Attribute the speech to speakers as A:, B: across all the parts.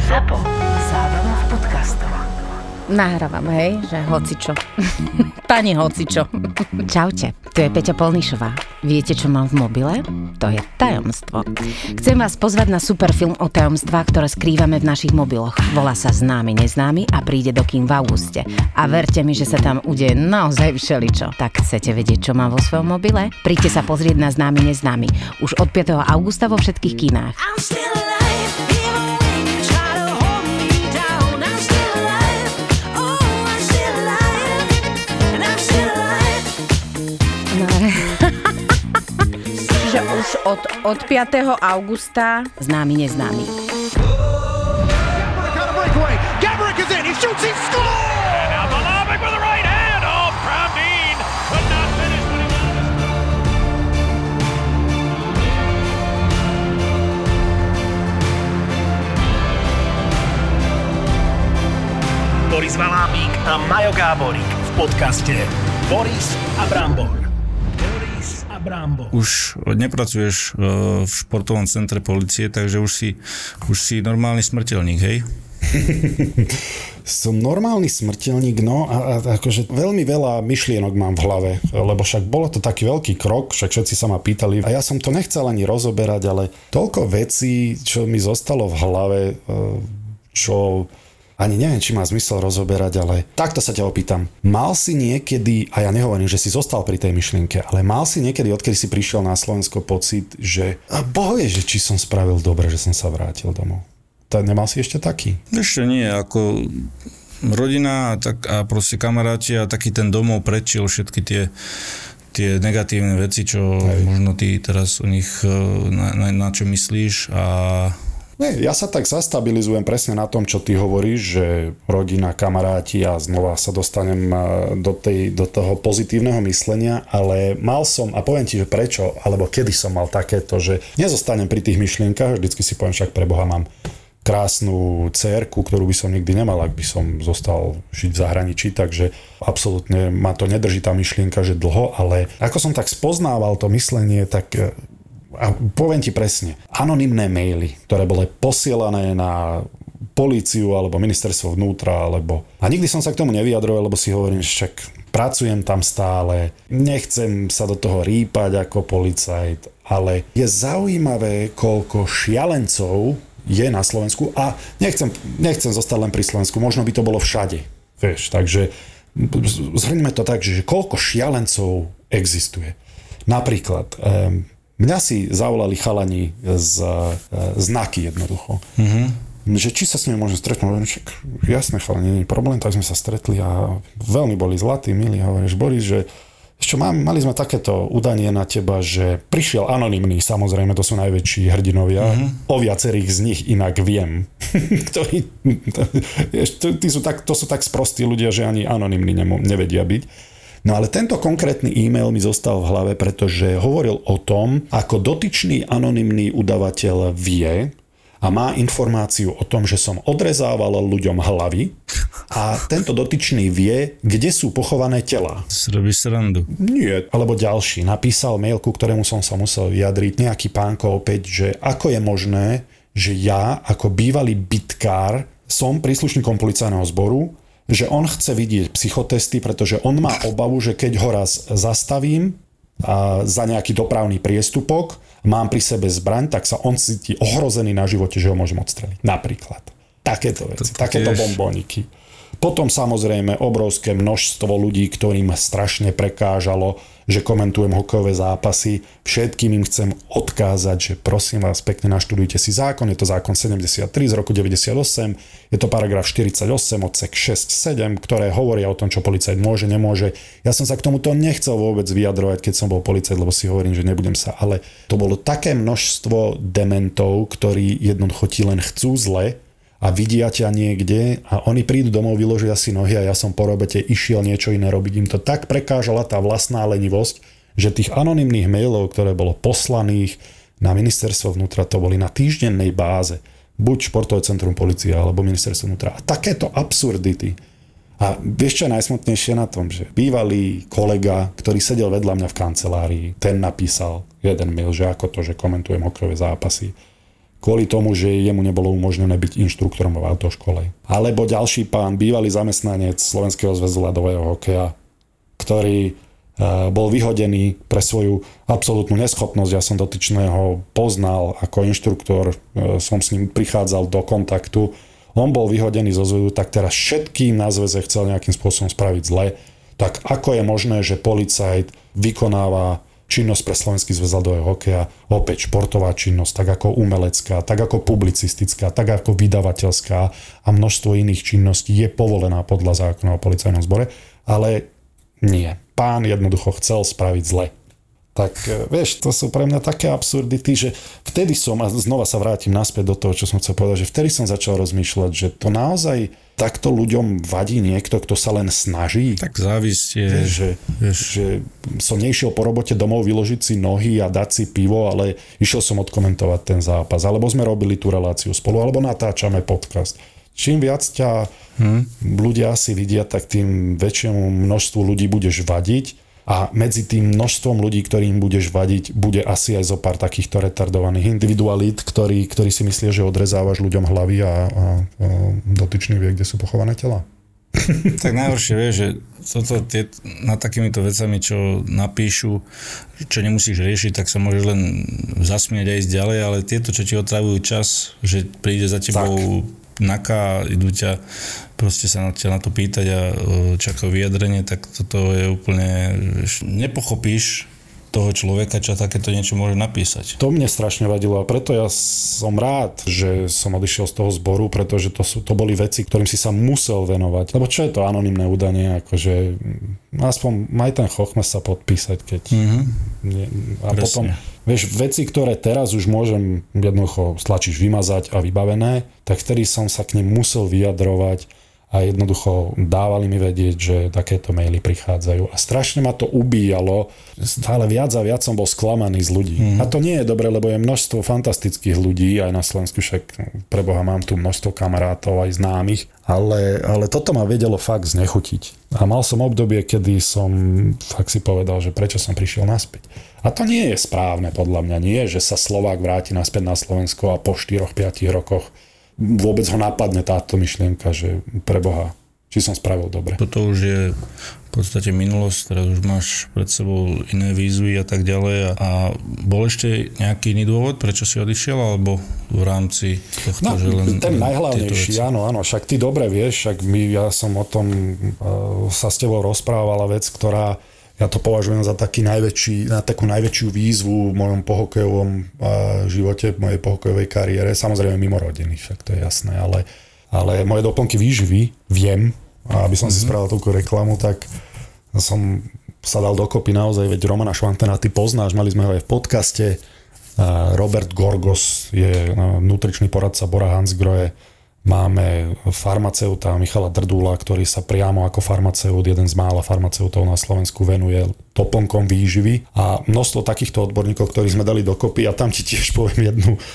A: ZAPO. Zábrná v podcastov.
B: Nahrávam, hej, že hocičo. Pani hocičo. Čaute, tu je Peťa Polnišová. Viete, čo mám v mobile? To je tajomstvo. Chcem vás pozvať na super film o tajomstvách, ktoré skrývame v našich mobiloch. Volá sa Známy neznámy a príde do kín v auguste. A verte mi, že sa tam udeje naozaj všeličo. Tak chcete vedieť, čo mám vo svojom mobile? Príďte sa pozrieť na Známy neznámy. Už od 5. augusta vo všetkých kinách. Čiže už od 5. augusta Známy neznámy.
C: Boris Valábík a Majo Gáborík v podcaste Boris a Brambor.
D: Už nepracuješ v športovom centre polície, takže už si normálny smrteľník, hej?
E: Som normálny smrteľník, no a akože veľmi veľa myšlienok mám v hlave, lebo však bolo to taký veľký krok, však všetci sa ma pýtali a ja som to nechcel ani rozoberať, ale toľko vecí, čo mi zostalo v hlave, čo ani neviem, či má zmysel rozoberať, ale takto sa ťa opýtam. Mal si niekedy, a ja nehovorím, že si zostal pri tej myšlienke, ale mal si niekedy, odkedy si prišiel na Slovensko, pocit, že bohuje, že či som spravil dobre, že som sa vrátil domov. Nemal si ešte taký?
D: Ešte nie, ako rodina a proste kamaráti a taký ten domov predčil všetky tie negatívne veci, čo možno ty teraz o nich na čo myslíš a...
E: Nie, ja sa tak zastabilizujem presne na tom, čo ty hovoríš, že rodina, kamaráti a znova sa dostanem do toho pozitívneho myslenia, ale mal som, a poviem ti, že prečo, alebo kedy som mal takéto, že nezostanem pri tých myšlienkach, vždycky si poviem, však pre Boha mám krásnu dcérku, ktorú by som nikdy nemal, ak by som zostal žiť v zahraničí, takže absolútne ma to nedrží tá myšlienka, že dlho, ale ako som tak spoznával to myslenie, tak... A poviem ti presne, anonymné maily, ktoré boli posielané na políciu alebo ministerstvo vnútra, a nikdy som sa k tomu nevyjadroval, lebo si hovorím, že však pracujem tam stále, nechcem sa do toho rýpať ako policajt, ale je zaujímavé, koľko šialencov je na Slovensku a nechcem zostať len pri Slovensku, možno by to bolo všade, vieš, takže zhrňme to tak, že koľko šialencov existuje. Napríklad... Mňa si zavolali chalani z Znaky jednoducho. Mm-hmm. Že či sa s nimi môžem stretnúť. Jasné chalani, nie je problém, tak sme sa stretli a veľmi boli zlatí, milí. Hovoríš, Boris, že ešte mali sme takéto udanie na teba, že prišiel anonymný, samozrejme, to sú najväčší hrdinovia. Mm-hmm. O viacerých z nich inak viem. To sú tak sprostí ľudia, že ani anonymní nevedia byť. No ale tento konkrétny e-mail mi zostal v hlave, pretože hovoril o tom, ako dotyčný anonymný udavateľ vie a má informáciu o tom, že som odrezával ľuďom hlavy a tento dotyčný vie, kde sú pochované telá.
D: Robíš srandu?
E: Nie. Alebo ďalší. Napísal mail, ku ktorému som sa musel vyjadriť, nejaký pánko opäť, že ako je možné, že ja ako bývalý bitkár som príslušníkom policajného zboru, že on chce vidieť psychotesty, pretože on má obavu, že keď ho raz zastavím za nejaký dopravný priestupok, mám pri sebe zbraň, tak sa on cíti ohrozený na živote, že ho môžem odstreliť. Napríklad. Takéto veci, takéto bombóniky. Potom samozrejme obrovské množstvo ľudí, ktorým strašne prekážalo, že komentujem hokejové zápasy. Všetkým im chcem odkázať, že prosím vás, pekne naštudujte si zákon. Je to zákon 73 z roku 98. Je to paragraf 48 odsek 6-7, ktoré hovoria o tom, čo policajt môže, nemôže. Ja som sa k tomuto nechcel vôbec vyjadrovať, keď som bol policajt, lebo si hovorím, že nebudem sa. Ale to bolo také množstvo dementov, ktorí jednoducho ti len chcú zle a vidia ťa niekde a oni prídu domov, vyložia si nohy a ja som po robote išiel niečo iné robiť. Im to tak prekážala tá vlastná lenivosť, že tých anonymných mailov, ktoré bolo poslaných na ministerstvo vnútra, to boli na týždennej báze. Buď športové centrum polície alebo ministerstvo vnútra. A takéto absurdity. A vieš, čo je najsmutnejšie na tom, že bývalý kolega, ktorý sedel vedľa mňa v kancelárii, ten napísal jeden mail, že ako to, že komentujem hokejové zápasy. kvôli tomu, že jemu nebolo umožnené byť inštruktorom v autoškole. Alebo ďalší pán, bývalý zamestnanec Slovenského zväzu ľadového hokeja, ktorý bol vyhodený pre svoju absolútnu neschopnosť. Ja som dotyčného poznal ako inštruktor, som s ním prichádzal do kontaktu. On bol vyhodený zo zväzu, tak teraz všetkým na zväze chcel nejakým spôsobom spraviť zle. Tak ako je možné, že policajt vykonáva činnosť pre Slovenský zväz ľadového hokeja, opäť športová činnosť, tak ako umelecká, tak ako publicistická, tak ako vydavateľská a množstvo iných činností je povolená podľa zákona o policajnom zbore, ale nie. Pán jednoducho chcel spraviť zle. Tak vieš, to sú pre mňa také absurdity, že vtedy som, a znova sa vrátim naspäť do toho, čo som chcel povedať, že vtedy som začal rozmýšľať, že to naozaj takto ľuďom vadí niekto, kto sa len snaží.
D: Tak závisť je...
E: Že som nešiel po robote domov vyložiť si nohy a dať si pivo, ale išiel som odkomentovať ten zápas. Alebo sme robili tú reláciu spolu, alebo natáčame podcast. Čím viac ťa ľudia asi vidia, tak tým väčšiemu množstvu ľudí budeš vadiť a medzi tým množstvom ľudí, ktorým budeš vadiť, bude asi aj zo pár takýchto retardovaných individualít, ktorí si myslia, že odrezávaš ľuďom hlavy a dotyčný vie, kde sú pochované tela.
D: Tak najhoršie vieš, že nad takýmito vecami, čo napíšu, čo nemusíš riešiť, tak sa môžeš len zasmiať a ísť ďalej, ale tieto, čo ti otravujú čas, že príde za tebou NAKA, idú ťa proste sa na to pýtať a čakajú vyjadrenie, tak toto je úplne... Nepochopíš toho človeka, čo takéto niečo môže napísať.
E: To mne strašne vadilo a preto ja som rád, že som odišiel z toho zboru, pretože to boli veci, ktorým si sa musel venovať. Lebo čo je to anonymné údanie? Akože aspoň maj ten chochmes sa podpísať, keď... A presne. Potom, vieš, veci, ktoré teraz už môžem jednoducho stlačiť vymazať a vybavené, tak vtedy som sa k nim musel vyjadrovať a jednoducho dávali mi vedieť, že takéto maily prichádzajú. A strašne ma to ubíjalo. Stále viac a viac som bol sklamaný z ľudí. A to nie je dobre, lebo je množstvo fantastických ľudí aj na Slovensku, však pre Boha mám tu množstvo kamarátov aj známych, ale toto ma vedelo fakt znechutiť. A mal som obdobie, kedy som fakt si povedal, že prečo som prišiel naspäť. A to nie je správne podľa mňa. Nie, že sa Slovák vráti naspäť na Slovensko a po 4-5 rokoch vôbec ho napadne táto myšlienka, že pre Boha, či som spravil dobre.
D: Toto už je v podstate minulosť, teraz už máš pred sebou iné výzvy a tak ďalej. A bol ešte nejaký iný dôvod, prečo si odišiel, alebo v rámci tohto, že len
E: ten najhlavnejší, áno, však ty dobre vieš, ja som o tom sa s tebou rozprávala vec, ktorá ja to považujem za takú najväčšiu výzvu v mojom pohokejovom živote, v mojej pohokejovej kariére. Samozrejme mimo rodiny, však to je jasné, ale moje doplnky výživy viem, a aby som si spravil toľko reklamu, tak som sa dal dokopy naozaj, veď Romana Švantena ty poznáš, mali sme ho aj v podcaste. Robert Gorgos je nutričný poradca Bora Hansgrohe. Máme farmaceuta Michala Drdúla, ktorý sa priamo ako farmaceut, jeden z mála farmaceutov na Slovensku, venuje doplnkom výživy a množstvo takýchto odborníkov, ktorí sme dali dokopy, a tam ti tiež poviem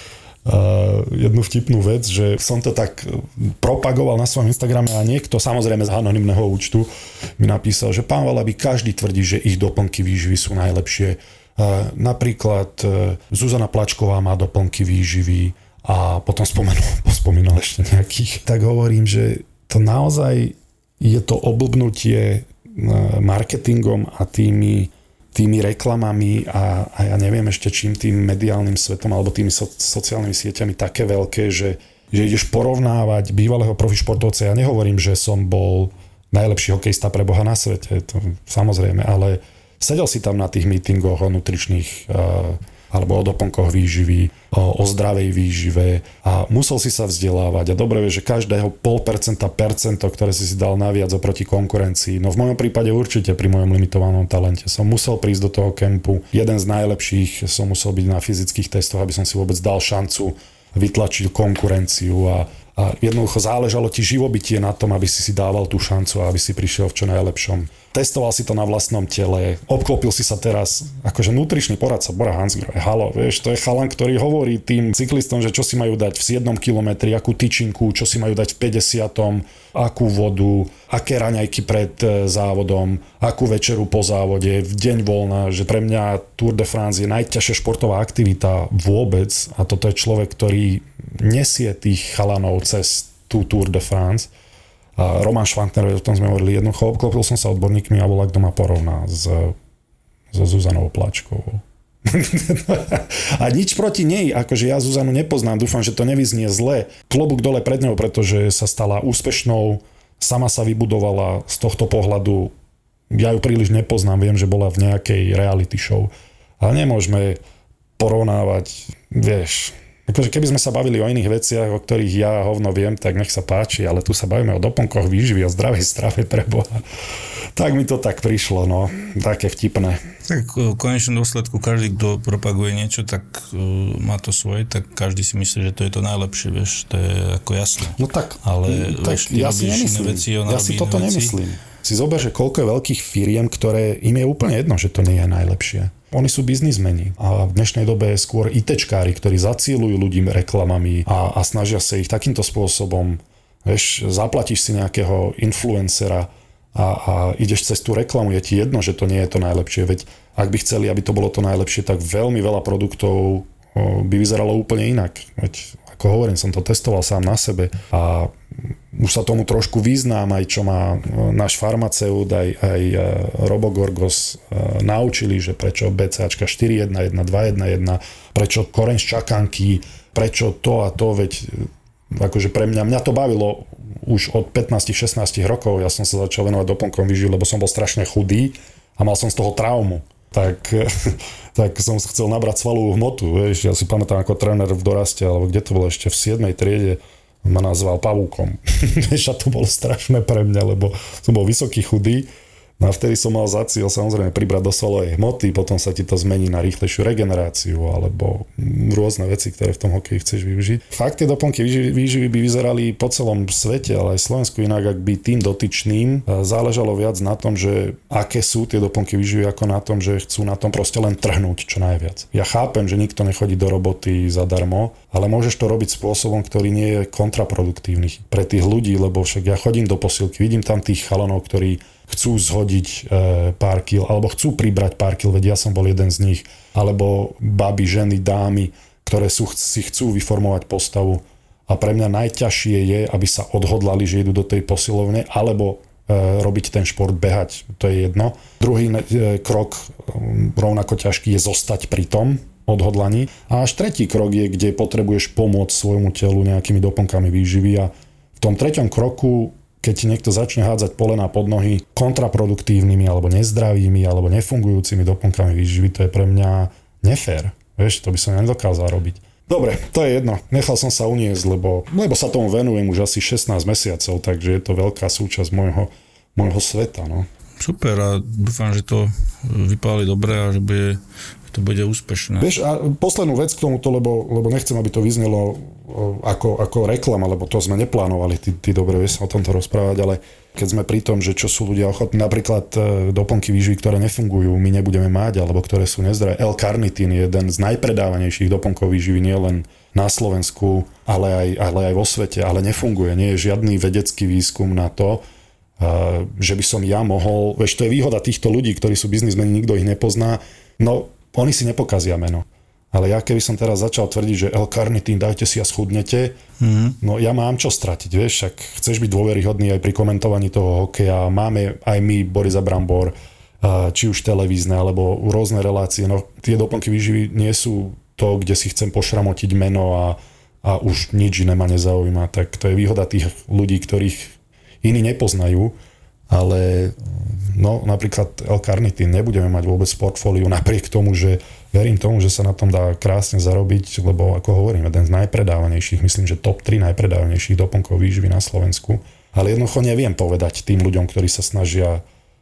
E: jednu vtipnú vec, že som to tak propagoval na svojom Instagrame a niekto, samozrejme z anonymného účtu, mi napísal, že pán Valaby, každý tvrdí, že ich doplnky výživy sú najlepšie. Napríklad Zuzana Plačková má doplnky výživy a potom spomínal ešte nejakých. Tak hovorím, že to naozaj je to oblbnutie marketingom a tými reklamami a ja neviem ešte čím, tým mediálnym svetom alebo tými sociálnymi sieťami také veľké, že ideš porovnávať bývalého profi športovca. Ja nehovorím, že som bol najlepší hokejista pre Boha na svete, to samozrejme, ale sedel si tam na tých mítingoch o nutričných alebo o doplnkoch výživy, o zdravej výžive a musel si sa vzdelávať. A dobre vieš, že každého 0,5%, ktoré si dal naviac oproti konkurencii. No v mojom prípade určite pri mojom limitovanom talente som musel prísť do toho kempu. Jeden z najlepších som musel byť na fyzických testoch, aby som si vôbec dal šancu vytlačiť konkurenciu A jednoducho záležalo ti živobytie na tom, aby si dával tú šancu a aby si prišiel v čo najlepšom. Testoval si to na vlastnom tele, obklopil si sa teraz, akože nutričný poradca Bora Hansgrohe. Halo, vieš, to je chalan, ktorý hovorí tým cyklistom, že čo si majú dať v 7 kilometri, akú tyčinku, čo si majú dať v 50, akú vodu, aké raňajky pred závodom, akú večeru po závode, v deň voľna, že pre mňa Tour de France je najťažšia športová aktivita vôbec a toto je človek, ktorý nesie tých chalanov cez tú Tour de France. A Roman Švantner, o tom sme hovorili jednoducho, obklopil som sa odborníkmi a volá, kto ma porovná so Zuzanou Pláčkovou. A nič proti nej, akože ja Zuzanu nepoznám, dúfam, že to nevyznie zle. Klobúk dole pred ňou, pretože sa stala úspešnou, sama sa vybudovala z tohto pohľadu. Ja ju príliš nepoznám, viem, že bola v nejakej reality show. Ale nemôžeme porovnávať, vieš... Akože keby sme sa bavili o iných veciach, o ktorých ja hovno viem, tak nech sa páči, ale tu sa bavíme o doplnkoch výživy, o zdravej strave pre Boha. Tak mi to tak prišlo, no. Také vtipné.
D: Tak v konečnom dôsledku každý, kto propaguje niečo, tak má to svoje, tak každý si myslí, že to je to najlepšie, vieš, to je ako jasné.
E: No tak,
D: ale
E: tak
D: vieš, ty
E: ja si nemyslím, ja si toto nemyslím. Si zober, že koľko je veľkých firiem, ktoré im je úplne jedno, že to nie je najlepšie. Oni sú biznismeni a v dnešnej dobe skôr ITčkári, ktorí zacielujú ľudí reklamami a snažia sa ich takýmto spôsobom, vieš, zaplatíš si nejakého influencera a ideš cez tú reklamu, je ti jedno, že to nie je to najlepšie, veď ak by chceli, aby to bolo to najlepšie, tak veľmi veľa produktov by vyzeralo úplne inak. Veď, ako hovorím, som to testoval sám na sebe a už sa tomu trošku vyznám, aj čo má náš farmaceut, aj Robogorgos naučili, že prečo BCAčka 4.1.1, 2.1.1, prečo koreň z čakanky, prečo to a to, veď akože pre mňa to bavilo už od 15-16 rokov, ja som sa začal venovať doplnkom výživy, lebo som bol strašne chudý a mal som z toho traumu. Tak som chcel nabrať svalovú hmotu, vieš, ja si pamätám ako tréner v doraste, alebo kde to bolo ešte v 7. triede, ma nazval pavúkom. A to bolo strašné pre mňa, lebo som bol vysoký, chudý. No a vtedy som mal za cieľ samozrejme pribrať do svalovej hmoty, potom sa ti to zmení na rýchlejšiu regeneráciu alebo rôzne veci, ktoré v tom hokeji chceš využiť. Fakt tie doplnky výživy by vyzerali po celom svete, ale aj Slovensku inak, ak by tým dotyčným záležalo viac na tom, že aké sú tie doplnky výživy, ako na tom, že chcú na tom proste len trhnúť čo najviac. Ja chápem, že nikto nechodí do roboty zadarmo, ale môžeš to robiť spôsobom, ktorý nie je kontraproduktívny pre tých ľudí, lebo však ja chodím do posilky, vidím tam tých chalanov, ktorí chcú zhodiť pár kil, alebo chcú pribrať pár kil, veď ja som bol jeden z nich, alebo baby, ženy, dámy, ktoré si chcú vyformovať postavu a pre mňa najťažšie je, aby sa odhodlali, že idú do tej posilovne, alebo robiť ten šport, behať, to je jedno. Druhý krok, rovnako ťažký, je zostať pri tom odhodlaní a až tretí krok je, kde potrebuješ pomôcť svojmu telu nejakými doplnkami výživy a v tom treťom kroku keď ti niekto začne hádzať polená pod nohy kontraproduktívnymi alebo nezdravými alebo nefungujúcimi doplnkami výživy, to je pre mňa nefér. Vieš, to by som nedokázal robiť. Dobre, to je jedno. Nechal som sa uniesť, lebo sa tomu venujem už asi 16 mesiacov, takže je to veľká súčasť môjho sveta. No.
D: Super a dúfam, že to vypáli dobre a že to bude úspešné.
E: Vieš, a poslednú vec k tomuto, lebo nechcem, aby to vyznelo ako reklama, lebo to sme neplánovali, ty dobre vieš sa o tomto rozprávať, ale keď sme pri tom, že čo sú ľudia ochotní, napríklad doplnky výživy, ktoré nefungujú, my nebudeme mať, alebo ktoré sú nezdravé. L-karnitín je jeden z najpredávanejších doplnkov výživy, nie len na Slovensku, ale aj vo svete, ale nefunguje. Nie je žiadny vedecký výskum na to, že by som ja mohol, vieš, to je výhoda týchto ľudí, ktorí sú biznismeni, nikto ich nepozná, no oni si nepokazia meno. Ale ja keby som teraz začal tvrdiť, že L-karnitín, dajte si a schudnete, no ja mám čo stratiť, vieš, však chceš byť dôveryhodný aj pri komentovaní toho hokeja, máme aj my Borisa Brambor, či už televízne, alebo rôzne relácie, no tie doplnky výživy nie sú to, kde si chcem pošramotiť meno a už nič iné ma nezaujíma, tak to je výhoda tých ľudí, ktorých iní nepoznajú, ale no napríklad L-karnitín nebudeme mať vôbec v portfóliu, napriek tomu, že verím tomu, že sa na tom dá krásne zarobiť, lebo ako hovorím, jeden z najpredávanejších, myslím, že top 3 najpredávanejších doplnkov výživy na Slovensku, ale jednoducho neviem povedať tým ľuďom, ktorí sa snažia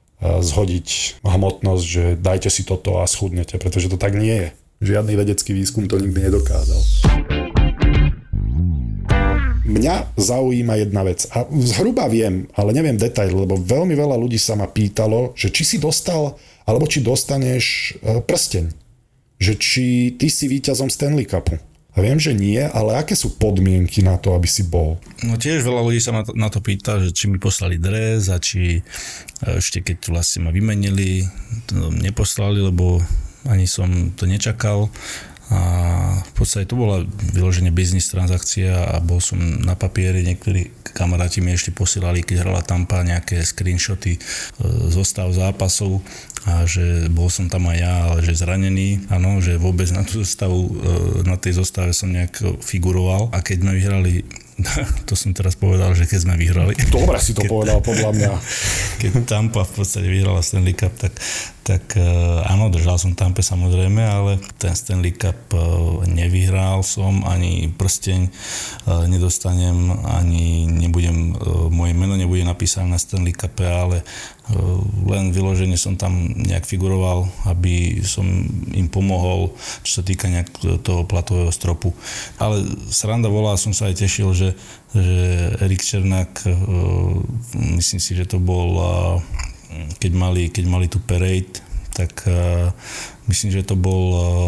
E: zhodiť hmotnosť, že dajte si toto a schudnete, pretože to tak nie je. Žiadny vedecký výskum to nikdy nedokázal. mňa zaujíma jedna vec. A zhruba viem, ale neviem detail, lebo veľmi veľa ľudí sa ma pýtalo, že či si dostal, alebo či dostaneš prsteň. Že či ty si víťazom Stanley Cupu. A viem, že nie, ale aké sú podmienky na to, aby si bol?
D: No tiež veľa ľudí sa na to pýta, že či mi poslali dres a či ešte keď vlastne ma vymenili, to neposlali, lebo ani som to nečakal. A v podstate to bola vyložene biznis transakcia a bol som na papieri, niektorí kamaráti mi ešte posielali, keď hrala Tampa, nejaké screenshoty zostav zápasov a že bol som tam aj ja, ale že zranený, áno, že vôbec na tú zostavu, na tej zostave som nejak figuroval a keď sme vyhrali, to som teraz povedal, že keď sme vyhrali.
E: Dobre si to povedal, podľa mňa.
D: Keď Tampa v podstate vyhrala Stanley Cup, tak áno, držal som Tampe samozrejme, ale ten Stanley Cup nevyhral som, ani prsteň nedostanem, ani moje meno nebude napísané na Stanley Cupe, ale len vyložene som tam nejak figuroval, aby som im pomohol, čo sa týka nejak toho platového stropu. Ale sranda bola, som sa aj tešil, že Erik Černák, myslím si, že to bol, keď mali tú parade, tak myslím, že to bol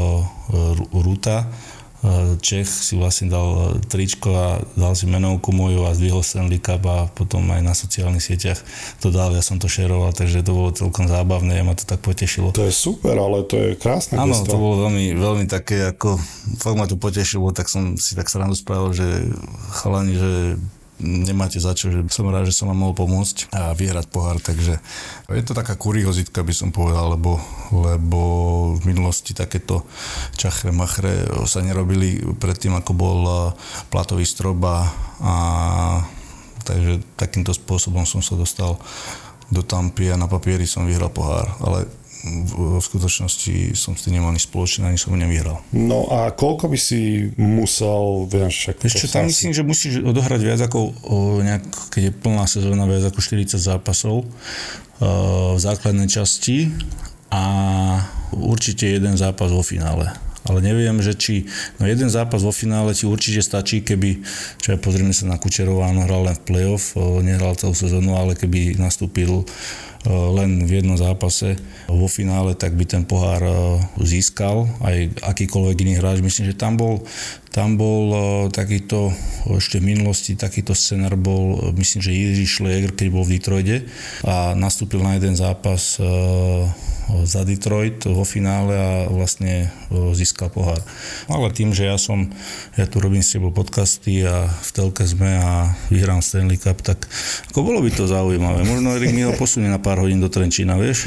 D: Ruta, Čech si vlastne dal tričko a dal si menovku moju a zdvihol Stanley Cup a potom aj na sociálnych sieťach to dal, ja som to šeroval, takže to bolo celkom zábavné a ma to tak potešilo.
E: To je super, ale to je krásne.
D: Áno, to bolo veľmi, veľmi také, ako fakt ma to potešilo, tak som si tak srandu spravil, že chalani, že nemáte za čo, že som rád, že som vám mohol pomôcť a vyhrať pohár, takže je to taká kuriozitka, by som povedal, lebo v minulosti takéto čachre machre sa nerobili predtým, ako bol platový strop a takže takýmto spôsobom som sa dostal do Tampy a na papieri som vyhral pohár, ale v skutočnosti som s tým nemal nič spoločné, ani som ho nevyhral.
E: No a koľko by si musel,
D: Ešte tam myslím, že musíš odohrať viac ako keď je plná sezóna, viac ako 40 zápasov v základnej časti a určite jeden zápas vo finále. Ale neviem, že jeden zápas vo finále ti určite stačí, keby, pozrieme sa na Kučerova, on hral len v play-off, nehral celú sezónu, ale keby nastúpil len v jednom zápase vo finále, tak by ten pohár získal aj akýkoľvek iný hráč. Myslím, že tam bol takýto, ešte v minulosti takýto scenár bol, myslím, že Jiří Šléger, keď bol v Detroite a nastúpil na jeden zápas za Detroit vo finále a vlastne získal pohár. Ale tým, že ja tu robím s tebou podcasty a v telke sme a vyhrám Stanley Cup, tak ako bolo by to zaujímavé. Možno Erik mi ho posunie na pár hodín do Trenčína, vieš?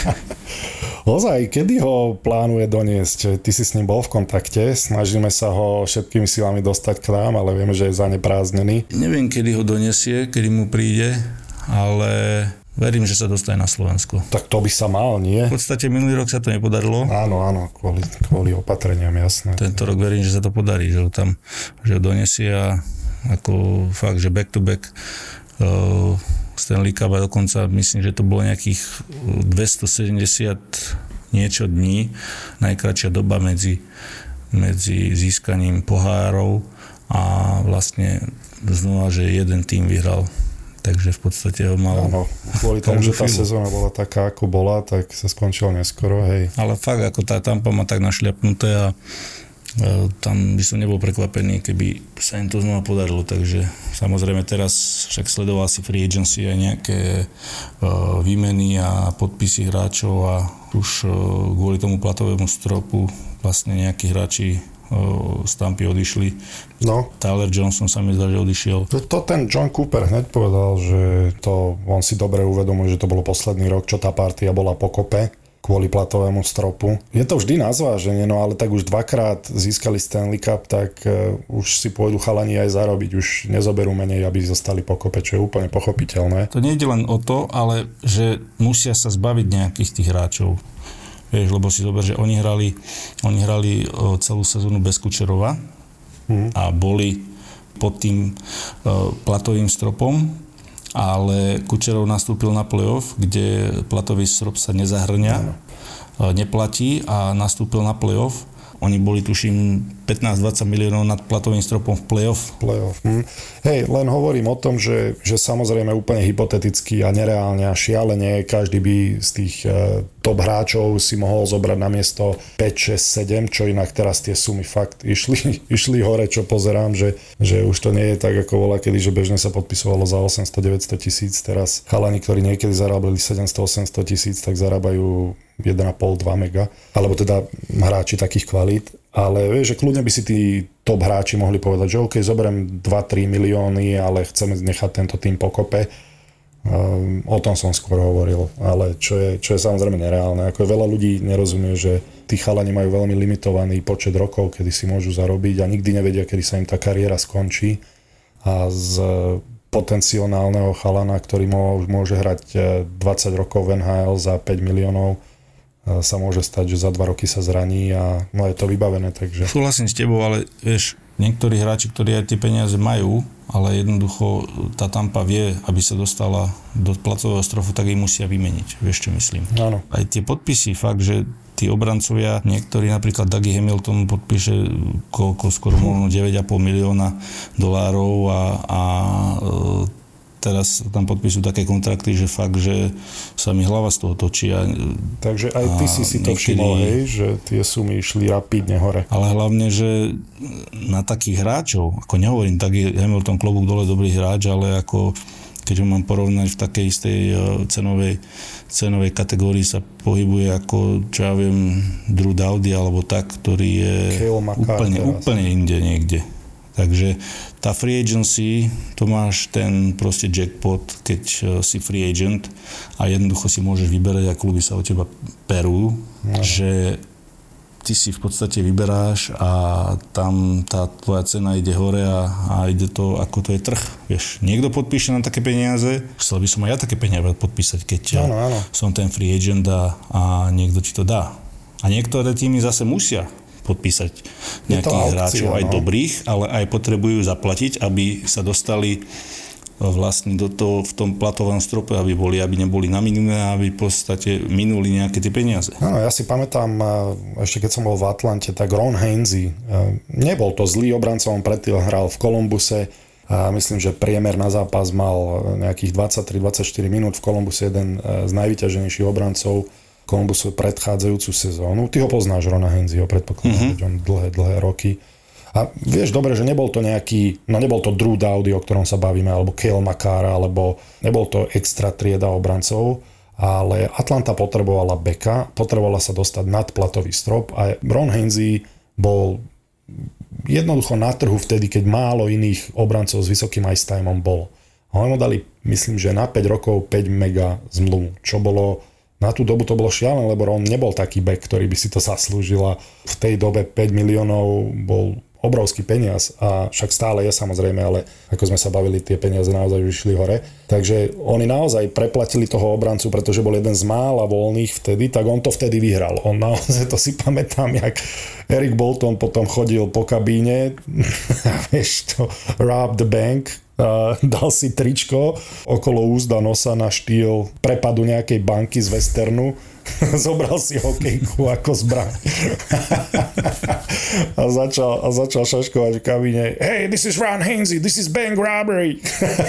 E: Ozaj, kedy ho plánuje doniesť? Ty si s ním bol v kontakte, snažíme sa ho všetkými silami dostať k nám, ale vieme, že je zaneprázdnený.
D: Neviem, kedy ho donesie, kedy mu príde, ale verím, že sa dostane na Slovensko.
E: Tak to by sa mal, nie?
D: V podstate minulý rok sa to nepodarilo.
E: Áno, kvôli opatreniam, jasné.
D: Tento rok verím, že sa to podarí, že ho donesie a ako fakt, že back to back Stanley Cup a dokonca myslím, že to bolo nejakých 270 niečo dní, najkratšia doba medzi získaním pohárov a vlastne znova, že jeden tým vyhral. Takže v podstate ho mal...
E: Áno, kvôli tomu, že tá sezóna bola taká, ako bola, tak sa skončil neskoro, hej.
D: Ale fakt, ako tá Tampa má tak našliapnuté a tam by som nebol prekvapený, keby sa im to znova podarilo, takže samozrejme teraz však sledoval si free agency aj nejaké výmeny a podpisy hráčov a už kvôli tomu platovému stropu vlastne nejakí hráči z Tampy odišli.
E: No.
D: Tyler Johnson sa mi zdá, že odišiel.
E: To ten John Cooper hneď povedal, že on si dobre uvedomuje, že to bolo posledný rok, čo tá partia bola pokope kvôli platovému stropu. Je to vždy na zváženie, no ale tak už dvakrát získali Stanley Cup, tak už si pôjdu chalani aj zarobiť, už nezoberú menej, aby zostali pokope, čo je úplne pochopiteľné.
D: To nie je len o to, ale že musia sa zbaviť nejakých tých hráčov. Vieš, lebo si zober, že oni hrali celú sezónu bez Kučerova a boli pod tým platovým stropom, ale Kučerov nastúpil na playoff, kde platový strop sa nezahrňa, neplatí a nastúpil na playoff Oni boli, tuším, 15-20 miliónov nad platovým stropom v play-off.
E: Hej, len hovorím o tom, že samozrejme úplne hypoteticky a nereálne a šialene každý by z tých top hráčov si mohol zobrať na miesto 5, 6, 7, čo inak teraz tie sumy fakt išli hore, čo pozerám, že už to nie je tak, ako bola kedy, že bežne sa podpisovalo za 800-900 tisíc, teraz chalani, ktorí niekedy zarábali 700-800 tisíc, tak zarábajú 1,5-2 mega, alebo teda hráči takých kvalít, ale vieš, že kľudne by si tí top hráči mohli povedať, že OK, zoberiem 2-3 milióny, ale chceme nechať tento tým pokope. O tom som skôr hovoril, ale čo je samozrejme nereálne. Ako veľa ľudí nerozumie, že tí chalani majú veľmi limitovaný počet rokov, kedy si môžu zarobiť a nikdy nevedia, kedy sa im tá kariéra skončí. A z potenciálneho chalana, ktorý môže hrať 20 rokov v NHL za 5 miliónov, sa môže stať, že za 2 roky sa zraní a no je to vybavené, takže...
D: Súhlasím s tebou, ale vieš, niektorí hráči, ktorí aj tie peniaze majú, ale jednoducho tá Tampa vie, aby sa dostala do platového strofu, tak ich musia vymeniť. Vieš, čo myslím?
E: Áno.
D: Aj tie podpisy, fakt, že tí obrancovia, niektorí napríklad Dougie Hamilton podpíše skoro možno $9,5 milióna a teraz tam podpisujú také kontrakty, že fakt, že sa mi hlava z toho točí.
E: Takže aj ty si to všimol, hej, že tie sumy išli rapidne hore.
D: Ale hlavne, že na takých hráčov, ako nehovorím, tak je Hamilton klobúk dole dobrý hráč, ale ako keď ho mám porovnať v takej istej cenovej kategórii sa pohybuje ako, čo ja viem, Drew Doughty alebo tak, ktorý je úplne inde niekde. Takže tá free agency, to máš ten proste jackpot, keď si free agent a jednoducho si môžeš vyberať a kluby sa o teba perú, že ty si v podstate vyberáš a tam tá tvoja cena ide hore a ide to, ako to je trh. Vieš, niekto podpíše na také peniaze, chcel by som aj ja také peniaze podpísať, keď som ten free agent a niekto ti to dá. A niektoré týmy zase musia podpísať nejakých hráčov aj dobrých, ale aj potrebujú zaplatiť, aby sa dostali vlastne v tom platovom strope, aby neboli na minime, aby v podstate minuli nejaké tie peniaze.
E: Áno, ja si pamätám, ešte keď som bol v Atlante, tak Ron Hainsey, nebol to zlý obranca, on predtým hral v Columbuse a myslím, že priemer na zápas mal nejakých 23-24 minút, v Columbuse jeden z najvyťaženejších obrancov Columbusu predchádzajúcu sezónu. Ty ho poznáš, Rona Hainseyho, predpokladám, že on dlhé roky. A vieš dobre, že nebol to nebol to Drew Doughty, o ktorom sa bavíme, alebo Cale Makar, alebo nebol to extra trieda obrancov, ale Atlanta potrebovala beka, potrebovala sa dostať nad platový strop a Ron Hainsey bol jednoducho na trhu vtedy, keď málo iných obrancov s vysokým ice timeom bolo. A oni mu dali, myslím, že na 5 rokov 5 mega zmluvu, čo bolo na tú dobu to bolo šialené, lebo on nebol taký back, ktorý by si to zaslúžil a v tej dobe 5 miliónov bol obrovský peniaz a však stále je samozrejme, ale ako sme sa bavili, tie peniaze naozaj vyšli hore. Takže oni naozaj preplatili toho obrancu, pretože bol jeden z mála voľných vtedy, tak on to vtedy vyhral. On naozaj, to si pamätám, jak Eric Bolton potom chodil po kabíne, vieš to, rob the bank, dal si tričko okolo úzda nosa na štýl prepadu nejakej banky z westernu, zobral si hokejku ako zbraň a začal šaškovať v kabíne. Hey, this is Ron Hainsey, this is bank robbery.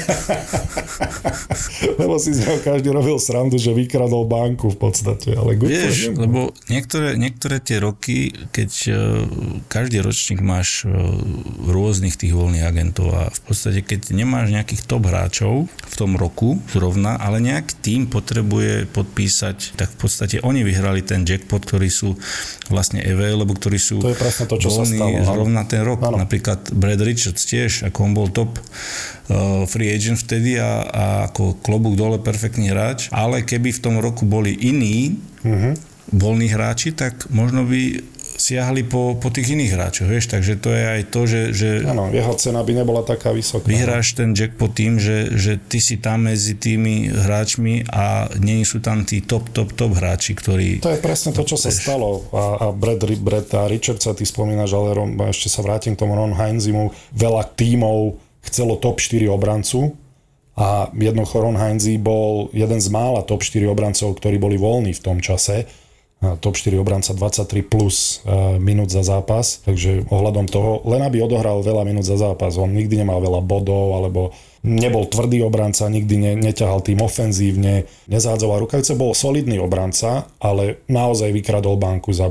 E: Lebo si z neho každý robil srandu, že vykradol banku v podstate. Ale
D: vieš, lebo niektoré tie roky, keď každý ročník máš rôznych tých voľných agentov a v podstate keď nemáš nejakých top hráčov v tom roku zrovna, ale nejaký tým potrebuje podpísať, tak v podstate oni vyhrali ten jackpot, ktorí sú vlastne available, ktorí sú
E: to je presne to, čo
D: voľní
E: sa stalo,
D: zrovna ten rok.
E: Áno.
D: Napríklad Brad Richards tiež, ako on bol top free agent vtedy a ako klobúk dole perfektný hráč, ale keby v tom roku boli iní voľní hráči, tak možno by siahli po tých iných hráčoch, vieš, takže to je aj to, že
E: áno, jeho cena by nebola taká vysoká.
D: Vyhráš ten jackpot tým, že ty si tam medzi tými hráčmi a nie sú tam tí top hráči, ktorí...
E: To je presne to, čo sa stalo. A Brad a Richardsa, ty spomínaš, ale ešte sa vrátim k tomu Ron Hainseymu. Veľa tímov chcelo top 4 obrancu a jednoducho Ron Hainsey bol jeden z mála top 4 obrancov, ktorí boli voľní v tom čase. top 4 obranca 23 plus minút za zápas, takže ohľadom toho, len aby odohral veľa minút za zápas, on nikdy nemal veľa bodov, alebo nebol tvrdý obranca, nikdy neťahal tým ofenzívne, nezahádzoval rukavice, bol solidný obranca, ale naozaj vykradol banku za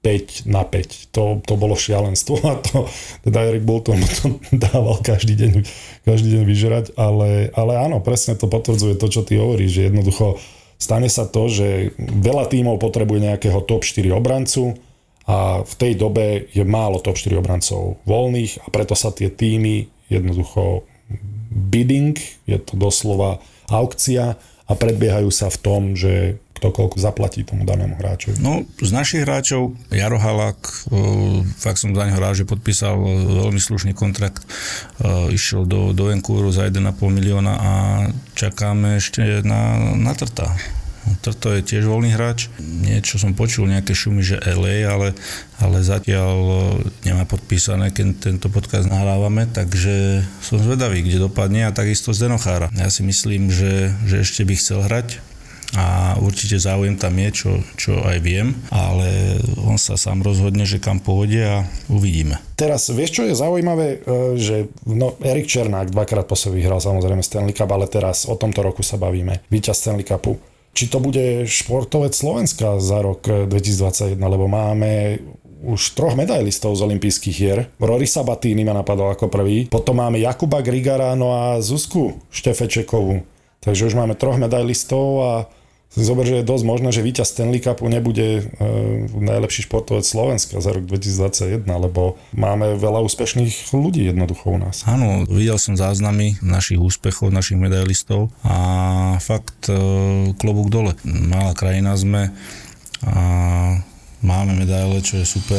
E: 5 na 5. To bolo šialenstvo a to teda Erik Boulton to dával každý deň vyžerať, ale áno, presne to potvrdzuje to, čo ty hovoríš, že jednoducho stane sa to, že veľa tímov potrebuje nejakého top 4 obrancu a v tej dobe je málo top 4 obrancov voľných a preto sa tie tímy jednoducho bidding, je to doslova aukcia a predbiehajú sa v tom, že kto koľko zaplatí tomu danému hráčovi.
D: No, z našich hráčov Jaro Halák, fakt som za neho rád, že podpísal veľmi slušný kontrakt, išiel do Vancouveru za 1,5 milióna a čakáme ešte na Trta. Trto je tiež voľný hráč. Niečo som počul, nejaké šumy, že LA, ale zatiaľ nemá podpísané, keď tento podcast nahrávame, takže som zvedavý, kde dopadne a takisto Zdeno Chára. Ja si myslím, že ešte by chcel hrať a určite záujem tam je, čo aj viem, ale on sa sám rozhodne, že kam pôjde a uvidíme.
E: Teraz, vieš, čo je zaujímavé, že Erik Černák dvakrát po sebe vyhral samozrejme Stanley Cup, ale teraz o tomto roku sa bavíme. Víťaz Stanley Cupu. Či to bude športovec Slovenska za rok 2021, lebo máme už 3 medailistov z olympijských hier. Rory Sabatini ma napadol ako prvý. Potom máme Jakuba Grigara, no a Zuzku Štefečekovú. Takže už máme 3 medailistov a zober, že je dosť možné, že víťaz Stanley Cupu nebude najlepší športovec Slovenska za rok 2021, lebo máme veľa úspešných ľudí jednoducho u nás.
D: Áno, videl som záznamy našich úspechov, našich medailistov a fakt klobúk dole. Malá krajina sme a máme medaile, čo je super.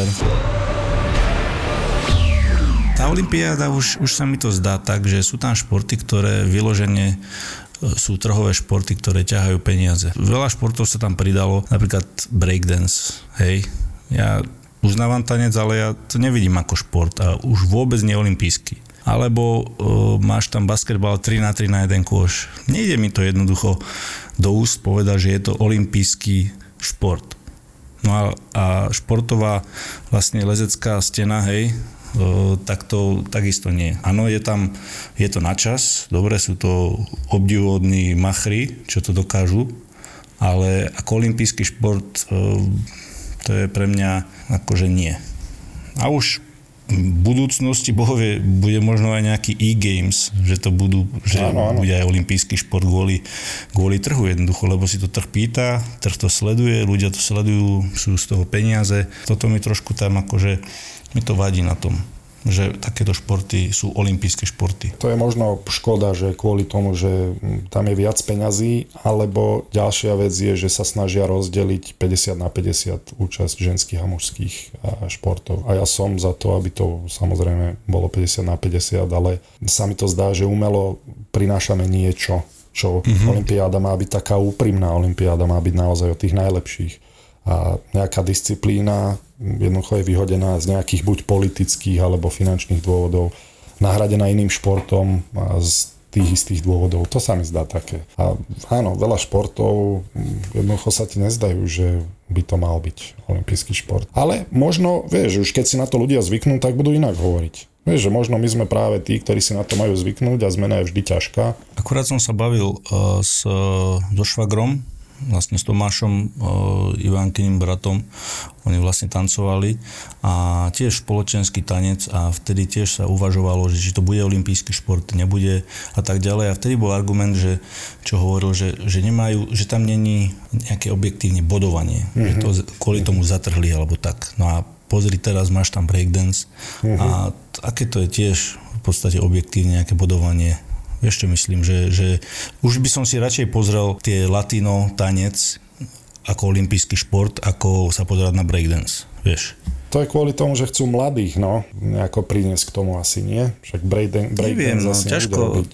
D: Tá olympiáda už sa mi to zdá tak, že sú tam športy, ktoré vyložene sú trhové športy, ktoré ťahajú peniaze. Veľa športov sa tam pridalo, napríklad breakdance, hej. Ja uznávam tanec, ale ja to nevidím ako šport a už vôbec nie olympijský. Alebo máš tam basketbal 3x3 na jeden kôš. Nejde mi to jednoducho do úst povedať, že je to olympijský šport. No a športová vlastne lezecká stena, hej, tak to takisto nie. Áno, je to na čas, dobre, sú to obdivuhodní machri, čo to dokážu, ale ako olympijský šport to je pre mňa akože nie. A už v budúcnosti bude možno aj nejaký e-games, že to áno. Bude aj olympijský šport kvôli trhu jednoducho, lebo si to trh pýta, trh to sleduje, ľudia to sledujú, sú z toho peniaze. Toto mi trošku tam akože mi to vadí na tom, že takéto športy sú olympijské športy.
E: To je možno škoda, že kvôli tomu, že tam je viac peňazí, alebo ďalšia vec je, že sa snažia rozdeliť 50/50 účasť ženských a mužských športov. A ja som za to, aby to samozrejme bolo 50/50, ale sa mi to zdá, že umelo prinášame niečo, čo olympiáda má byť taká úprimná, olympiáda má byť naozaj od tých najlepších. A nejaká disciplína jednoducho je vyhodená z nejakých buď politických alebo finančných dôvodov, nahradená iným športom a z tých istých dôvodov. To sa mi zdá také. A áno, veľa športov jednoducho sa ti nezdajú, že by to mal byť olympijský šport. Ale možno, vieš, už keď si na to ľudia zvyknú, tak budú inak hovoriť. Vieš, že možno my sme práve tí, ktorí si na to majú zvyknúť a zmena je vždy ťažká.
D: Akurát som sa bavil so švagrom, vlastne s Tomášom, Ivánkyným bratom. Oni vlastne tancovali a tiež spoločenský tanec a vtedy tiež sa uvažovalo, že či to bude olympijský šport, nebude a tak ďalej. A vtedy bol argument, že čo hovoril, že tam není nejaké objektívne bodovanie. Že to kvôli tomu zatrhli alebo tak. No a pozri, teraz máš tam breakdance a aké to je tiež v podstate objektívne nejaké bodovanie. Vieš čo myslím, že už by som si radšej pozrel tie latino tanec ako olympijský šport, ako sa pozerať na breakdance, vieš.
E: To je kvôli tomu, že chcú mladých, nejako priniesť k tomu asi, nie? Však breakdance
D: neviem,
E: asi
D: ťažko,
E: robiť.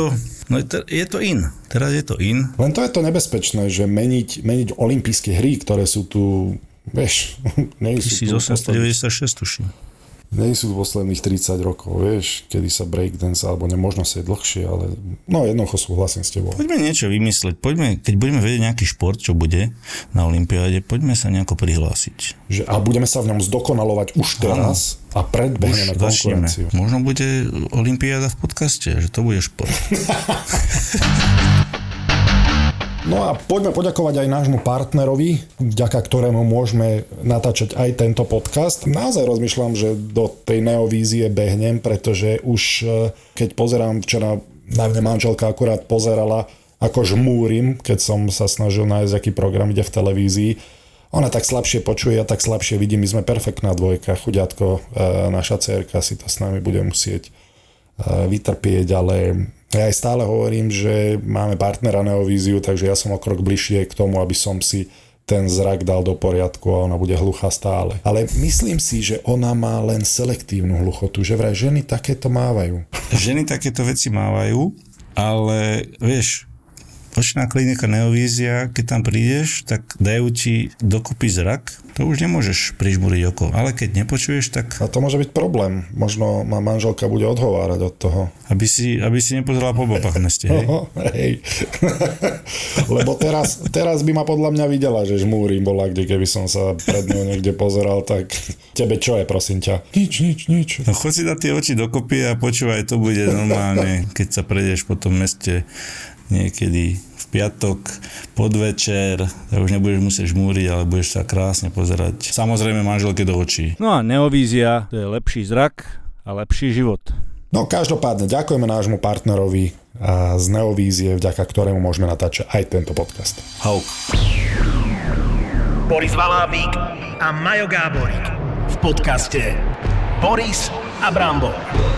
D: Je to in. Teraz je to in.
E: Len to je to nebezpečné, že meniť olympijské hry, ktoré sú tu, vieš,
D: 1896 tuším.
E: nie sú posledných 30 rokov, vieš, kedy sa breakdance, alebo nemožno sa dlhšie, ale no jednoducho súhlasím s tebou.
D: Poďme niečo vymysleť, keď budeme vedieť nejaký šport, čo bude na olympiáde, poďme sa nejako prihlásiť.
E: A budeme sa v ňom zdokonalovať už teraz a predbehneme konkurenciu.
D: Možno bude olympiáda v podcaste, že to bude šport.
E: No a poďme poďakovať aj nášmu partnerovi, vďaka ktorému môžeme natáčať aj tento podcast. Naozaj rozmýšľam, že do tej Neovízie behnem, pretože už keď pozerám, včera na mňa manželka akurát pozerala, ako žmúrim, keď som sa snažil nájsť, aký program ide v televízii. Ona tak slabšie počuje, ja tak slabšie vidím, my sme perfektná dvojka, chuďatko, naša dcérka si to s nami bude musieť vytrpieť, ale ja aj stále hovorím, že máme partnera Neovíziu, takže ja som o krok bližšie k tomu, aby som si ten zrak dal do poriadku a ona bude hluchá stále. Ale myslím si, že ona má len selektívnu hluchotu, že vraj ženy takéto mávajú.
D: Ženy takéto veci mávajú, ale vieš, očná klinika Neovízia, keď tam prídeš, tak dajú ti dokopy zrak, to už nemôžeš prižmúriť oko. Ale keď nepočuješ, tak...
E: A to môže byť problém. Možno ma manželka bude odhovárať od toho.
D: Aby si nepozerala po bobách v meste, hej?
E: Hej. Lebo teraz by ma podľa mňa videla, že žmúrim bola, kde keby som sa pred ňou niekde pozeral, tak tebe čo je, prosím ťa? Nič.
D: No chod si dať tie oči dokopy a počúvaj, to bude normálne, keď sa prejdeš po tom meste niekedy v piatok, podvečer, tak už nebudeš musieť žmúriť, ale budeš sa krásne pozerať. Samozrejme manželke do očí.
F: No a Neovízia, to je lepší zrak a lepší život.
E: No každopádne ďakujeme nášmu partnerovi z Neovízie, vďaka ktorému môžeme natáčať aj tento podcast.
D: Hauk.
C: Boris Valábík a Majo Gáborík v podcaste Boris a Brambor.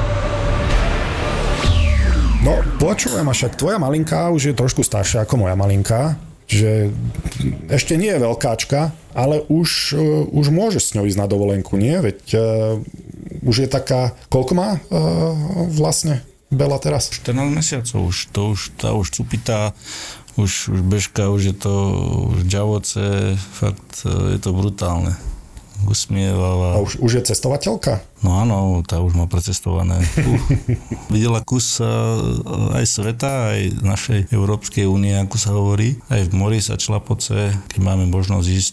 E: No, počujem, a však tvoja malinka už je trošku staršia ako moja malinka, že ešte nie je veľkáčka, ale už môže s ňou ísť na dovolenku, nie? Veď už je taká, koľko má vlastne Bela teraz?
D: 14 mesiacov, tá už cupitá, už bežka, už je to ďavoce, fakt je to brutálne. Usmievavá.
E: A už je cestovateľka?
D: No áno, tá už má precestované. Videla kus aj sveta, aj našej Európskej únie, ako sa hovorí. Aj v mori sa člapoce, keď máme možnosť ísť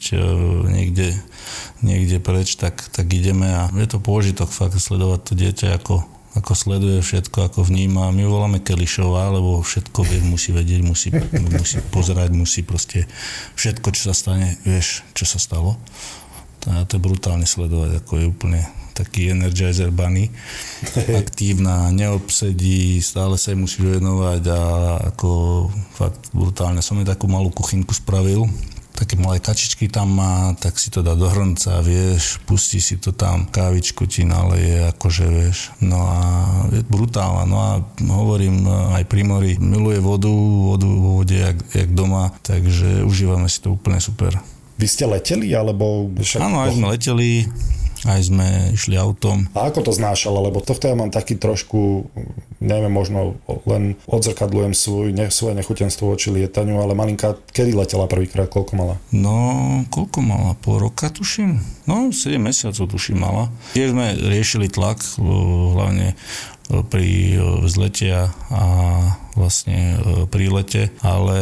D: niekde preč, tak ideme a je to pôžitok fakt sledovať to dieťa, ako sleduje všetko, ako vníma. My voláme Kelišová, lebo všetko musí vedieť, musí pozerať, musí proste všetko, čo sa stane, vieš, čo sa stalo. To je brutálne sledovať, ako je úplne taký energizer bunny, aktívna, neobsedí, stále sa jej musí venovať a ako fakt brutálne. Som jej takú malú kuchynku spravil, také malé kačičky tam má, tak si to dá do hrnca, vieš, pustí si to tam, kávičku ti naleje, akože vieš. No a je brutálna, no a hovorím, aj pri mori miluje vodu vo vode, jak doma, takže užívame si to úplne super.
E: Vy ste leteli, alebo...
D: Áno, aj sme leteli, aj sme išli autom.
E: A ako to znášala? Lebo tohto ja mám taký trošku, neviem, možno len odzrkadľujem svoje nechutenstvo voči lietaniu, ale malinka, kedy letela prvýkrát, koľko mala?
D: No, koľko mala? Pol roka, tuším? No, 7 mesiacov, tuším, mala. Tiež sme riešili tlak, hlavne pri vzlete a vlastne prílete, ale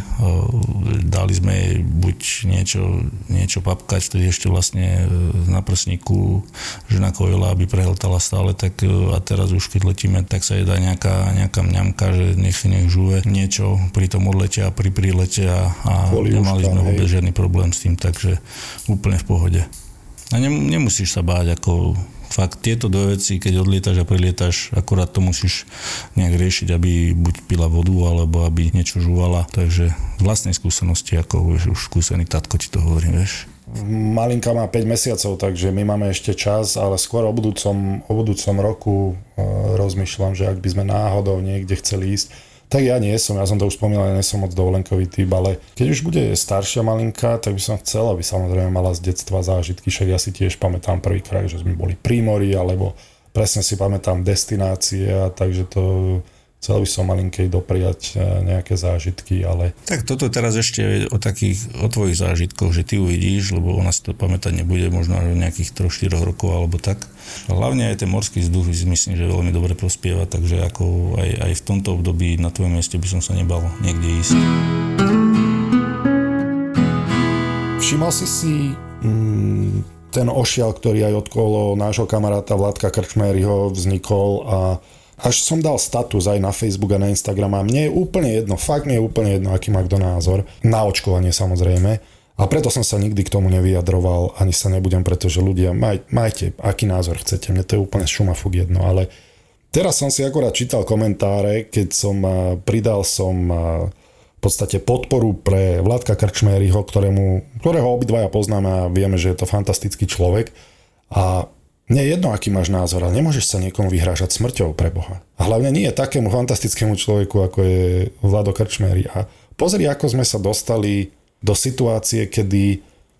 D: dali sme jej buď niečo papkať, vtedy ešte vlastne na prsníku žena kojila, aby prehltala stále, tak a teraz už keď letíme, tak sa jej dá nejaká mňamka, že nech žuje niečo pri tom odlete a pri prílete a nemali sme vôbec žiadny problém s tým, takže úplne v pohode. A nemusíš sa báť, ako fakt tieto dve veci, keď odlietaš a prilietáš, akurát to musíš nejak riešiť, aby buď pila vodu, alebo aby niečo žúvala. Takže z vlastnej skúsenosti, ako už skúsený tatko ti to hovorím, vieš.
E: Malinka má 5 mesiacov, takže my máme ešte čas, ale skôr o budúcom roku rozmýšľam, že ak by sme náhodou niekde chceli ísť, tak ja som to už spomínal, ja nie som moc dovolenkový typ, ale keď už bude staršia malinka, tak by som chcel, aby samozrejme mala z detstva zážitky, však ja si tiež pamätám prvýkrát, že sme boli pri mori, alebo presne si pamätám destinácie, a takže to chcel by som malinkej dopriať nejaké zážitky, ale...
D: Tak toto teraz ešte o tvojich zážitkoch, že ty uvidíš, lebo ona si to pamätať nebude, možno aj nejakých 3-4 rokov alebo tak. Hlavne aj ten morský vzduch myslím, že veľmi dobre prospieva, takže ako aj v tomto období na tvojom mieste by som sa nebal niekde ísť.
E: Všimol si ten ošial, ktorý aj okolo nášho kamaráta Vládka Krčméryho vznikol a až som dal status aj na Facebook a na Instagram a mne je úplne jedno, fakt mi je úplne jedno, aký má kto názor, na očkovanie samozrejme a preto som sa nikdy k tomu nevyjadroval, ani sa nebudem, pretože ľudia, majte aký názor chcete, mne to je úplne šumafuk jedno, ale teraz som si akorát čítal komentáre, keď pridal som v podstate podporu pre Vládka Krčméryho, ktorého obidvaja poznáme a vieme, že je to fantastický človek a mne je jedno, aký máš názor, ale nemôžeš sa niekomu vyhrážať smrťou pre Boha. A hlavne nie takému fantastickému človeku, ako je Vlado Krčméry. A pozri, ako sme sa dostali do situácie, kedy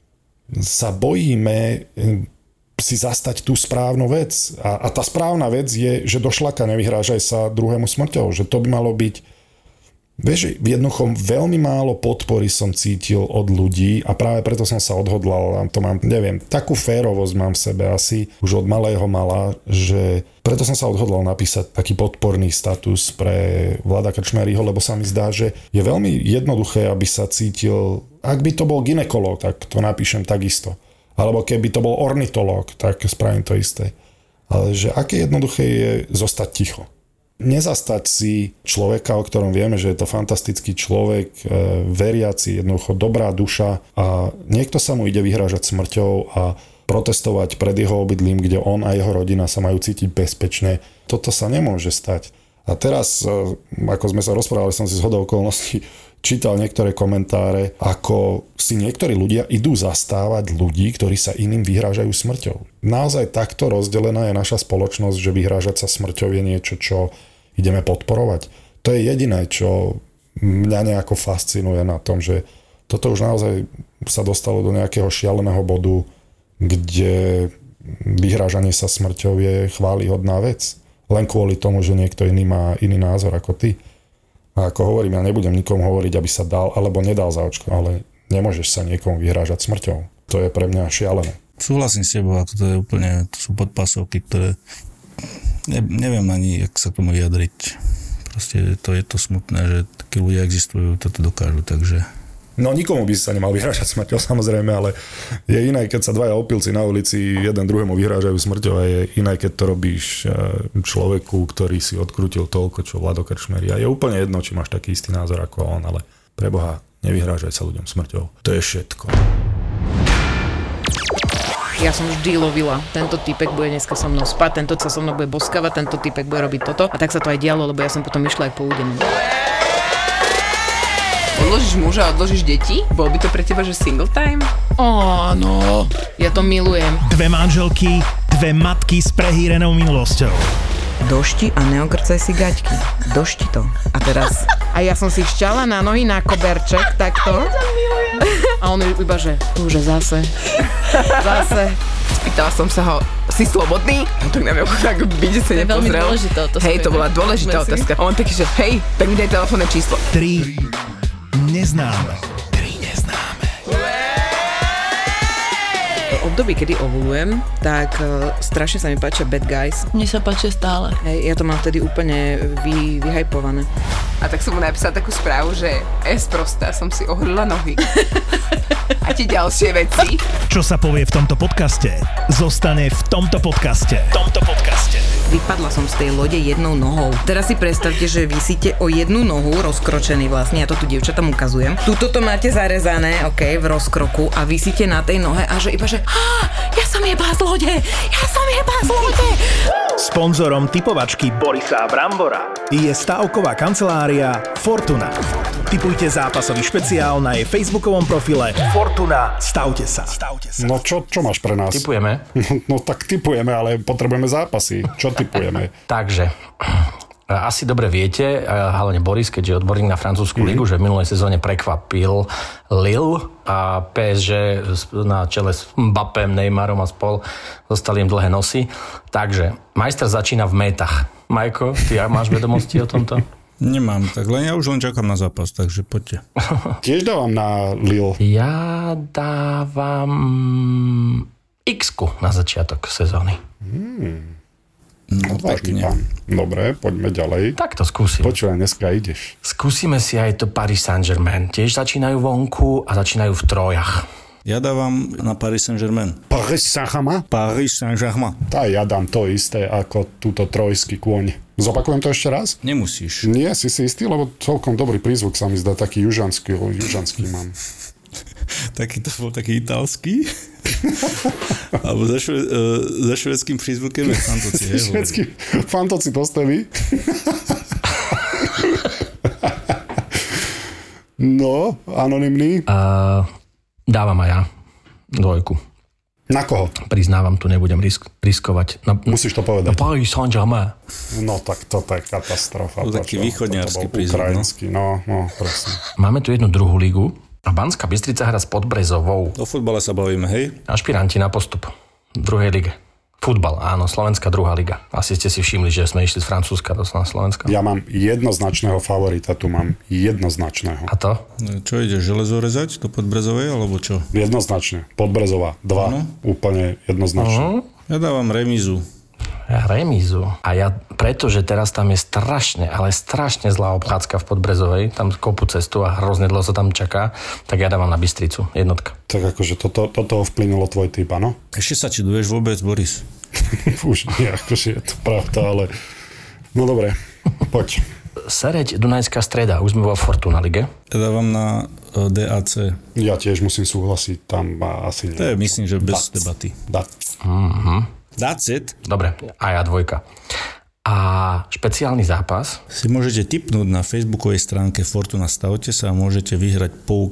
E: sa bojíme si zastať tú správnu vec. A tá správna vec je, že do šlaka nevyhrážaj sa druhému smrťou. Že to by malo byť... Vieš, jednoducho veľmi málo podpory som cítil od ľudí a práve preto som sa odhodlal, to mám, neviem, takú férovosť mám v sebe asi už od malého mala, že preto som sa odhodlal napísať taký podporný status pre Vlada Krčméryho, lebo sa mi zdá, že je veľmi jednoduché, aby sa cítil, ak by to bol gynekológ, tak to napíšem takisto. Alebo keby to bol ornitológ, tak spravím to isté. Ale že aké jednoduché je zostať ticho. Nezastať si človeka, o ktorom vieme, že je to fantastický človek, veriaci, jednoducho dobrá duša a niekto sa mu ide vyhrážať smrťou a protestovať pred jeho obydlím, kde on a jeho rodina sa majú cítiť bezpečne. Toto sa nemôže stať. A teraz, ako sme sa rozprávali, som si zhodou okolností čítal niektoré komentáre, ako si niektorí ľudia idú zastávať ľudí, ktorí sa iným vyhrážajú smrťou. Naozaj takto rozdelená je naša spoločnosť, že vyhrážať sa smrťou je niečo, čo ideme podporovať. To je jediné, čo mňa nejako fascinuje na tom, že toto už naozaj sa dostalo do nejakého šialeného bodu, kde vyhrážanie sa smrťou je chválihodná vec. Len kvôli tomu, že niekto iný má iný názor ako ty. A ako hovorím, ja nebudem nikomu hovoriť, aby sa dal alebo nedal zaočkovať, ale nemôžeš sa niekomu vyhrážať smrťou. To je pre mňa šialené.
D: Súhlasím s tebou, ako to je úplne, to sú podpasovky, ktoré neviem ani, jak sa k tomu vyjadriť. Proste to je to smutné, že takí ľudia existujú, toto dokážu, takže...
E: No nikomu by si sa nemal vyhrážať smrťou, samozrejme, ale je iné, keď sa dvaja opilci na ulici jeden druhému vyhrážajú smrťou a je iné, keď to robíš človeku, ktorý si odkrútil toľko, čo Vlado Krčméry. A je úplne jedno, či máš taký istý názor ako on, ale pre Boha, nevyhrážaj sa ľuďom smrťou. To je všetko.
A: Ja som vždy lovila. Tento typek bude dneska so mnou spať, tento sa so mnou bude boskavať, tento typek bude robiť toto. A tak sa to aj dialo, lebo ja som potom išla aj po údenu.
G: Odložíš muža, odložíš deti? Bol by to pre teba, že single time?
A: Áno, ja to milujem.
C: Dve manželky, dve matky s prehýrenou minulosťou.
G: Došti a neokrcaj si gaťky. Došti to. A teraz...
A: A ja som si šťala na nohy na koberček, takto. A on iba, že už zase.
G: Spýtala som sa ho, si slobodný? On tak neviem, tak vydesene pozrel.
H: Veľmi dôležitá otázka.
G: Hej, to bola dôležitá otázka. A on taký, že hej, tak mi daj telefónne číslo.
C: 3 neznáme.
A: V období, kedy ovulujem, tak strašne sa mi páčia bad guys.
H: Mne sa páčia stále.
A: Hej, ja to mám vtedy úplne vyhajpované.
G: A tak som mu napísala takú správu, že prostá, som si ohrila nohy. A tie ďalšie veci.
C: Čo sa povie v tomto podcaste, zostane v tomto podcaste.
A: Vypadla som z tej lode jednou nohou. Teraz si predstavte, že visíte o jednu nohu, rozkročený vlastne, ja to tu dievčatám ukazujem. Tuto to máte zarezané, v rozkroku a visíte na tej nohe a že iba, že ja som jebá z lode.
C: Sponzorom typovačky Borisa Brambora je stavková kancelária Fortuna. Tipujte zápasový špeciál na jej facebookovom profile Fortuna. Stavte sa.
E: No čo máš pre nás?
I: Tipujeme.
E: No tak tipujeme, ale potrebujeme zápasy. Čo tipujeme?
I: Takže, asi dobre viete, hlavne Boris, keďže je odborník na francúzsku ligu, že v minulej sezóne prekvapil Lille a PSG na čele s Mbappém, Neymarom a spol zostali im dlhé nosy. Takže, majster začína v métach. Majko, ty máš vedomosti o tomto?
D: Nemám, tak len ja už len čakám na zápas, takže poďte.
E: Tiež dávam na Lille.
I: Ja dávam X-ku na začiatok sezóny.
E: Odvážny pán. Dobre, poďme ďalej.
I: Tak to skúsim.
E: Počúvaj, dneska ideš.
I: Skúsime si aj to Paris Saint-Germain. Tiež začínajú vonku a začínajú v trojach.
D: Ja dávam na Paris Saint-Germain.
E: Paris Saint-Germain?
D: Paris Saint-Germain.
E: Tá, ja dám to isté ako túto trojský kôň. Zopakujem to ešte raz?
D: Nemusíš.
E: Nie, si istý, lebo celkom dobrý prízvuk sa mi zdá, taký južanský mám.
D: Taký to bol taký italský. Alebo za švédským prízvukem je Fantoci.
E: Švédsky Fantoci postaví. No, anonymný.
I: Dávam aj ja 2.
E: Na koho?
I: Priznávam, tu nebudem riskovať.
E: Musíš to povedať.
I: Paris Saint-Germain.
E: No tak toto je katastrofa.
D: To taký východňarský prízvuk.
E: No, presne.
I: Máme tu jednu druhú ligu. A Banská Bystrica hra s Podbrezovou.
D: O futbale sa bavíme, hej?
I: Ašpiranti na postup v druhej lige. Futbal, áno, Slovenská druhá liga. Asi ste si všimli, že sme išli z Francúzska do Slovenska.
E: Ja mám jednoznačného favorita, tu mám jednoznačného.
I: A to?
D: Čo ide, železo rezať do Podbrezovej, alebo čo?
E: Jednoznačne, Podbrezová, 2, úplne jednoznačne.
D: Ja dávam remízu.
I: Remízu. A ja, pretože teraz tam je strašne, ale strašne zlá obchádzka v Podbrezovej, tam kopu cestu a hrozne dlho sa tam čaká, tak ja dávam na Bystricu, 1.
E: Tak akože toto ovplyvnulo tvoj typ, áno?
D: Ešte sa čuduješ vôbec, Boris?
E: Už nie, akože je to pravda, ale... No dobre, poď.
I: Sereď, Dunajská Streda, už sme vo Fortuna lige.
D: Ja dávam na DAC.
E: Ja tiež musím súhlasiť, tam asi nie.
D: To je, myslím, že bez debaty. That's it.
I: Dobre, a ja 2. A špeciálny zápas?
D: Si môžete tipnúť na facebookovej stránke Fortuna Stavte sa a môžete vyhrať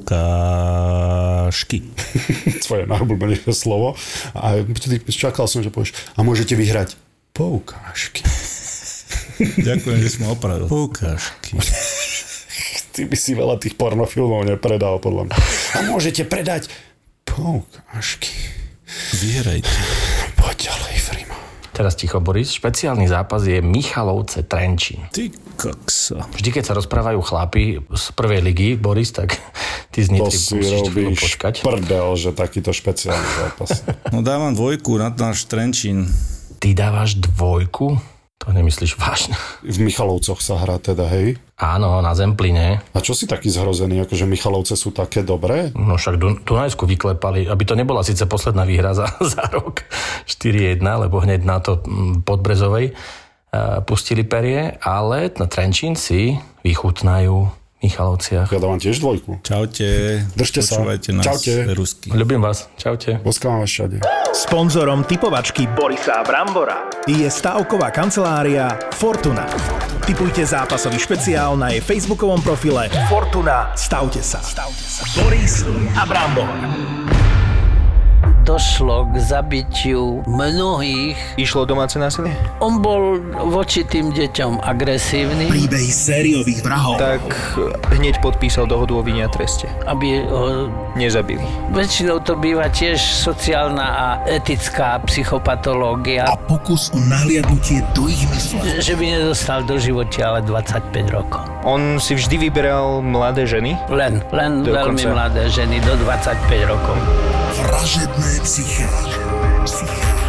D: poukážky.
E: Tvoje najobľúbenejšie slovo. A čakal som, že povieš, a môžete vyhrať poukážky.
D: Ďakujem, že si ma opravil. Poukážky.
E: Ty by si veľa tých pornofilmov nepredal, podľa mňa. A môžete predať poukážky.
D: Vyhrajte.
E: Poď ďalej, Frimo.
I: Teraz ticho, Boris. Špeciálny zápas je Michalovce Trenčín.
D: Ty koksa.
I: Vždy, keď sa rozprávajú chlapi z prvej ligy, Boris, tak ty z Nitry musíš chvíľu počkať.
E: Prdel, že takýto špeciálny zápas.
D: No dávam 2 na náš Trenčín.
I: Ty dávaš 2? To nemyslíš vážne.
E: V Michalovcoch sa hrá teda, hej?
I: Áno, na Zempline.
E: A čo si taký zhrozený, akože Michalovce sú také dobré?
I: No však Dunajsku vyklepali, aby to nebola síce posledná výhra za rok 4-1, lebo hneď na to Podbrezovej pustili perie, ale na Trenčín si vychutnajú v Michalovciach.
E: Ja dávam tiež 2.
D: Čaute.
E: Držte sa.
D: Počúvajte nás.
E: Čaute.
D: Rusky.
I: Ľubím vás. Čaute.
E: Boskám vás všade.
C: Sponzorom typovačky Borisa Brambora je stavková kancelária Fortuna. Tipujte zápasový špeciál na jej facebookovom profile Fortuna. Stavte sa. Boris a Brambor.
H: Došlo k zabitiu mnohých.
J: Išlo o domáce násilie?
H: On bol voči tým deťom agresívny.
C: Príbehy sériových vrahov.
J: Tak hneď podpísal dohodu o vine a treste.
H: Aby ho
J: nezabili.
H: Väčšinou to býva tiež sociálna a etická psychopatológia.
C: A pokus o nahliadnutie do ich mysle.
H: Že by nedostal do života, ale 25 rokov.
J: On si vždy vyberal mladé ženy?
H: Len veľmi mladé ženy do 25 rokov.
C: Vražedné psyché.